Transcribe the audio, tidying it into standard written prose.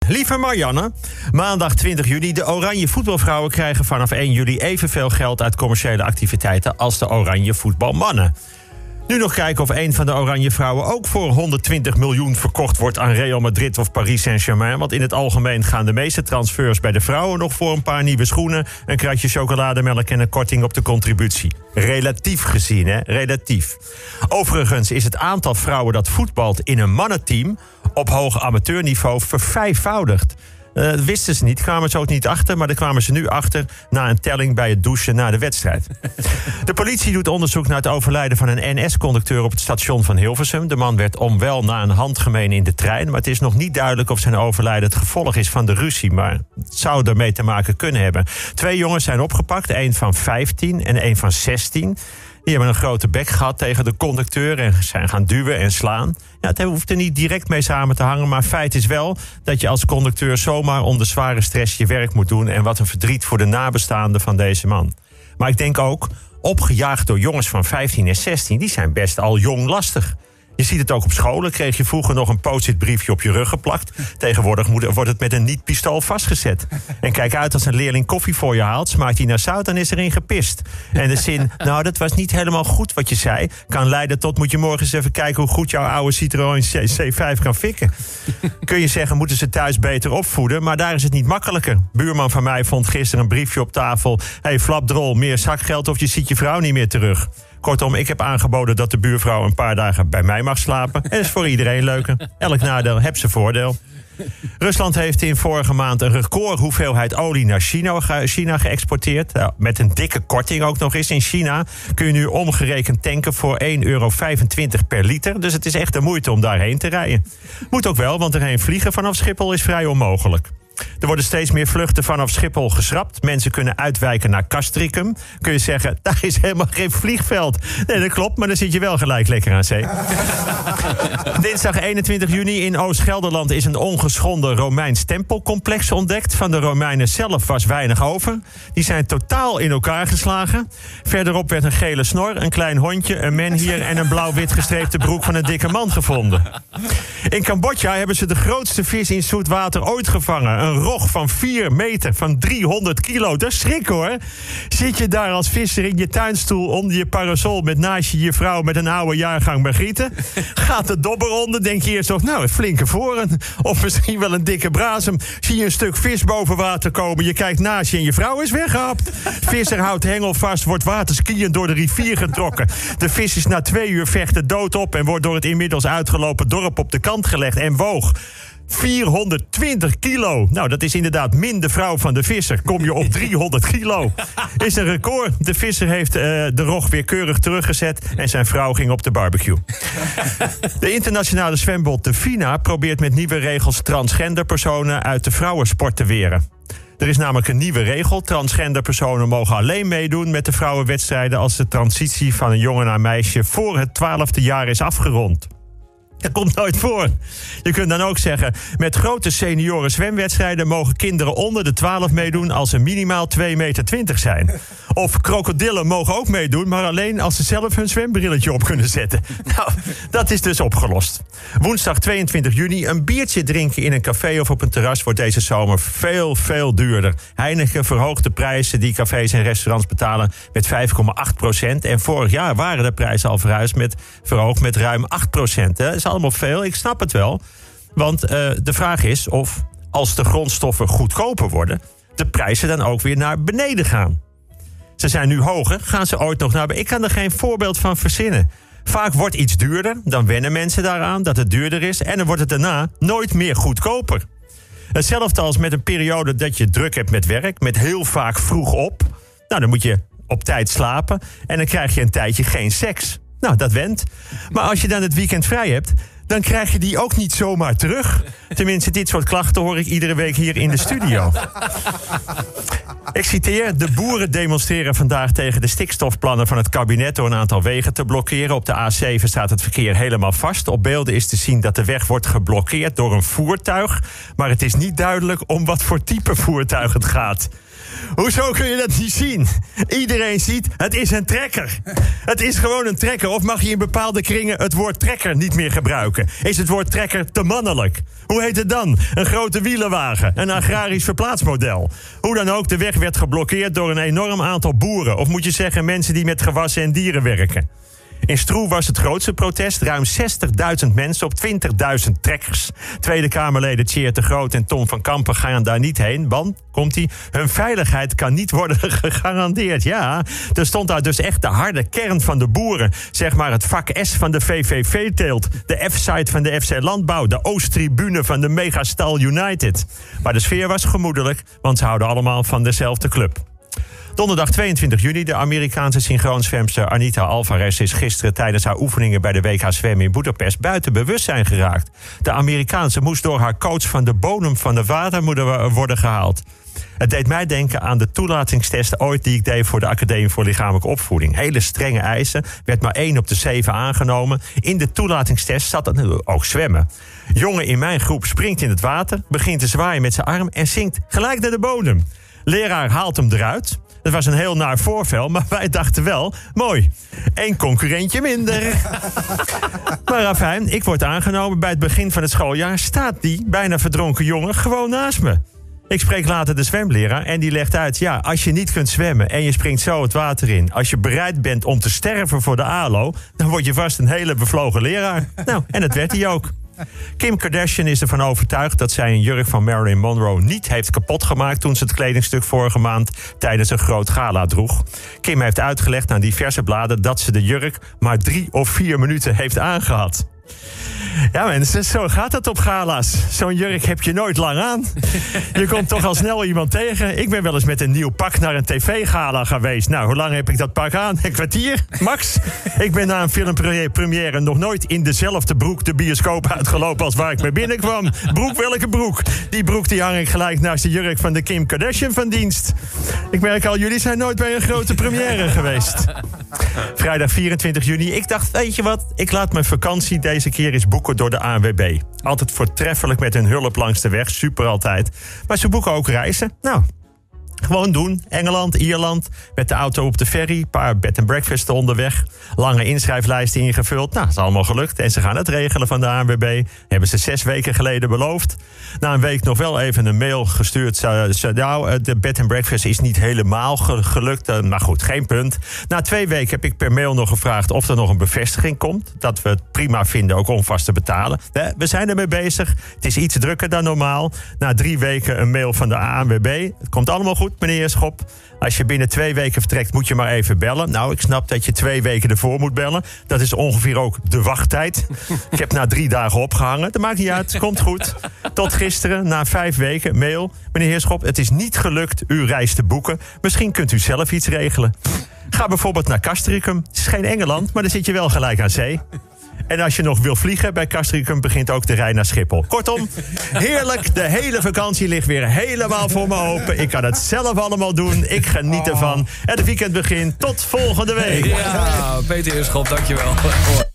Lieve Marianne, maandag 20 juli. De Oranje voetbalvrouwen krijgen vanaf 1 juli evenveel geld uit commerciële activiteiten als de Oranje voetbalmannen. Nu nog kijken of een van de Oranje vrouwen ook voor 120 miljoen verkocht wordt aan Real Madrid of Paris Saint-Germain. Want in het algemeen gaan de meeste transfers bij de vrouwen nog voor een paar nieuwe schoenen, een kratje chocolademelk en een korting op de contributie. Relatief gezien, hè? Relatief. Overigens is het aantal vrouwen dat voetbalt in een mannenteam op hoog amateurniveau vervijfvoudigd. Dat wisten ze niet, kwamen ze ook niet achter, maar daar kwamen ze nu achter na een telling bij het douchen na de wedstrijd. De politie doet onderzoek naar het overlijden van een NS-conducteur op het station van Hilversum. De man werd onwel na een handgemeen in de trein, maar het is nog niet duidelijk of zijn overlijden het gevolg is van de ruzie, maar het zou ermee te maken kunnen hebben. 2 jongens zijn opgepakt, 1 van 15 en 1 van 16. Die hebben een grote bek gehad tegen de conducteur en zijn gaan duwen en slaan. Ja, het hoeft er niet direct mee samen te hangen, maar feit is wel dat je als conducteur zomaar onder zware stress je werk moet doen. En wat een verdriet voor de nabestaanden van deze man. Maar ik denk ook, opgejaagd door jongens van 15 en 16, die zijn best al jong lastig. Je ziet het ook op scholen. Kreeg je vroeger nog een post-it briefje op je rug geplakt. Tegenwoordig wordt het met een niet-pistool vastgezet. En kijk uit als een leerling koffie voor je haalt, smaakt hij naar zout, dan is erin gepist. En de zin, nou dat was niet helemaal goed wat je zei, kan leiden tot moet je morgen eens even kijken hoe goed jouw oude Citroën C5 kan fikken. Kun je zeggen, moeten ze thuis beter opvoeden, maar daar is het niet makkelijker. Buurman van mij vond gisteren een briefje op tafel. Hey, flapdrol, meer zakgeld of je ziet je vrouw niet meer terug. Kortom, ik heb aangeboden dat de buurvrouw een paar dagen bij mij mag slapen. En dat is voor iedereen leuker. Elk nadeel heeft zijn voordeel. Rusland heeft in vorige maand een record hoeveelheid olie naar China geëxporteerd. Met een dikke korting ook nog eens. In China kun je nu omgerekend tanken voor €1,25 per liter. Dus het is echt de moeite om daarheen te rijden. Moet ook wel, want erheen vliegen vanaf Schiphol is vrij onmogelijk. Er worden steeds meer vluchten vanaf Schiphol geschrapt. Mensen kunnen uitwijken naar Castricum. Kun je zeggen, daar is helemaal geen vliegveld. Nee, dat klopt, maar dan zit je wel gelijk lekker aan zee. Dinsdag 21 juni in Oost-Gelderland is een ongeschonden Romeins tempelcomplex ontdekt. Van de Romeinen zelf was weinig over. Die zijn totaal in elkaar geslagen. Verderop werd een gele snor, een klein hondje, een menhier en een blauw-wit gestreepte broek van een dikke man gevonden. In Cambodja hebben ze de grootste vis in zoet water ooit gevangen. Een rog van 4 meter, van 300 kilo. Dat is schrik hoor. Zit je daar als visser in je tuinstoel onder je parasol met naast je vrouw met een oude jaargang Margriete? Gaat de dobber onder, denk je eerst nog, nou, een flinke voren. Of misschien wel een dikke brasem. Zie je een stuk vis boven water komen, je kijkt naast je en je vrouw is weggehapt. Visser houdt hengel vast, wordt waterskiën door de rivier getrokken. De vis is na 2 uur vechten dood op en wordt door het inmiddels uitgelopen dorp op de kant gelegd en woog 420 kilo. Nou, dat is inderdaad min de vrouw van de visser. Kom je op 300 kilo. Is een record. De visser heeft de rog weer keurig teruggezet en zijn vrouw ging op de barbecue. De internationale zwembond de FINA probeert met nieuwe regels transgender personen uit de vrouwensport te weren. Er is namelijk een nieuwe regel. Transgender personen mogen alleen meedoen met de vrouwenwedstrijden als de transitie van een jongen naar meisje voor het 12e jaar is afgerond. Dat komt nooit voor. Je kunt dan ook zeggen, met grote senioren zwemwedstrijden mogen kinderen onder de 12 meedoen als ze minimaal 2,20 meter zijn. Of krokodillen mogen ook meedoen, maar alleen als ze zelf hun zwembrilletje op kunnen zetten. Nou, dat is dus opgelost. Woensdag 22 juni, een biertje drinken in een café of op een terras wordt deze zomer veel duurder. Heineken verhoogt de prijzen die cafés en restaurants betalen met 5,8%. En vorig jaar waren de prijzen al verhoogd met ruim 8%. Dat is allemaal veel, ik snap het wel. Want de vraag is of, als de grondstoffen goedkoper worden, de prijzen dan ook weer naar beneden gaan. Ze zijn nu hoger, gaan ze ooit nog naar beneden? Ik kan er geen voorbeeld van verzinnen. Vaak wordt iets duurder, dan wennen mensen daaraan dat het duurder is en dan wordt het daarna nooit meer goedkoper. Hetzelfde als met een periode dat je druk hebt met werk, met heel vaak vroeg op. Nou, dan moet je op tijd slapen en dan krijg je een tijdje geen seks. Nou, dat went. Maar als je dan het weekend vrij hebt, dan krijg je die ook niet zomaar terug. Tenminste, dit soort klachten hoor ik iedere week hier in de studio. Ik citeer, de boeren demonstreren vandaag tegen de stikstofplannen van het kabinet door een aantal wegen te blokkeren. Op de A7 staat het verkeer helemaal vast. Op beelden is te zien dat de weg wordt geblokkeerd door een voertuig. Maar het is niet duidelijk om wat voor type voertuig het gaat. Hoezo kun je dat niet zien? Iedereen ziet, het is een trekker. Het is gewoon een trekker. Of mag je in bepaalde kringen het woord trekker niet meer gebruiken? Is het woord trekker te mannelijk? Hoe heet het dan? Een grote wielenwagen, een agrarisch verplaatsmodel. Hoe dan ook, de weg werd geblokkeerd door een enorm aantal boeren. Of moet je zeggen mensen die met gewassen en dieren werken. In Stroe was het grootste protest. Ruim 60.000 mensen op 20.000 trekkers. Tweede Kamerleden Tjeerd de Groot en Tom van Kampen gaan daar niet heen. Want, komt-ie, hun veiligheid kan niet worden gegarandeerd. Ja, er stond daar dus echt de harde kern van de boeren. Zeg maar het vak S van de VVV-teelt. De F-site van de FC Landbouw. De Oosttribune van de Megastal United. Maar de sfeer was gemoedelijk, want ze houden allemaal van dezelfde club. Donderdag 22 juni, de Amerikaanse synchroonzwemster Anita Alvarez is gisteren tijdens haar oefeningen bij de WK Zwemmen in Boedapest buiten bewustzijn geraakt. De Amerikaanse moest door haar coach van de bodem van de water worden gehaald. Het deed mij denken aan de toelatingstest ooit die ik deed voor de Academie voor Lichamelijke Opvoeding. Hele strenge eisen, werd maar 1 op de 7 aangenomen. In de toelatingstest zat het ook zwemmen. Jongen in mijn groep springt in het water, begint te zwaaien met zijn arm en zinkt gelijk naar de bodem. Leraar haalt hem eruit. Het was een heel naar voorval, maar wij dachten wel, mooi, 1 concurrentje minder. Maar afijn, ik word aangenomen. Bij het begin van het schooljaar staat die bijna verdronken jongen gewoon naast me. Ik spreek later de zwemleraar en die legt uit, ja, als je niet kunt zwemmen en je springt zo het water in, als je bereid bent om te sterven voor de ALO, dan word je vast een hele bevlogen leraar. Nou, en dat werd hij ook. Kim Kardashian is ervan overtuigd dat zij een jurk van Marilyn Monroe niet heeft kapotgemaakt toen ze het kledingstuk vorige maand tijdens een groot gala droeg. Kim heeft uitgelegd aan diverse bladen dat ze de jurk maar 3 of 4 minuten heeft aangehad. Ja mensen, zo gaat het op gala's. Zo'n jurk heb je nooit lang aan. Je komt toch al snel iemand tegen. Ik ben wel eens met een nieuw pak naar een tv-gala geweest. Nou, hoe lang heb ik dat pak aan? Een kwartier, max. Ik ben na een filmpremière nog nooit in dezelfde broek de bioscoop uitgelopen als waar ik mee binnenkwam. Broek, welke broek? Die broek die hang ik gelijk naast de jurk van de Kim Kardashian van dienst. Ik merk al, jullie zijn nooit bij een grote première geweest. Vrijdag 24 juni. Ik dacht, weet je wat? Ik laat mijn vakantie deze keer eens boeken door de ANWB. Altijd voortreffelijk met hun hulp langs de weg. Super altijd. Maar ze boeken ook reizen. Nou, gewoon doen. Engeland, Ierland. Met de auto op de ferry. Een paar bed and breakfasts onderweg. Lange inschrijflijsten ingevuld. Nou, dat is allemaal gelukt. En ze gaan het regelen van de ANWB. Hebben ze 6 weken geleden beloofd. Na een week nog wel even een mail gestuurd. Nou, de bed and breakfast is niet helemaal gelukt. Maar goed, geen punt. Na 2 weken heb ik per mail nog gevraagd of er nog een bevestiging komt. Dat we het prima vinden ook om vast te betalen. We zijn ermee bezig. Het is iets drukker dan normaal. Na 3 weken een mail van de ANWB. Het komt allemaal goed, meneer Schop. Als je binnen 2 weken vertrekt, moet je maar even bellen. Nou, ik snap dat je 2 weken ervoor moet bellen. Dat is ongeveer ook de wachttijd. Ik heb na 3 dagen opgehangen. Dat maakt niet uit, het komt goed. Tot gisteren, na 5 weken, mail. Meneer Heerschop, het is niet gelukt uw reis te boeken. Misschien kunt u zelf iets regelen. Ga bijvoorbeeld naar Castricum. Het is geen Engeland, maar dan zit je wel gelijk aan zee. En als je nog wil vliegen, bij Castricum begint ook de rij naar Schiphol. Kortom, heerlijk. De hele vakantie ligt weer helemaal voor me open. Ik kan het zelf allemaal doen. Ik geniet ervan. En het weekend begint. Tot volgende week. Ja, Peter Heerschop, dankjewel.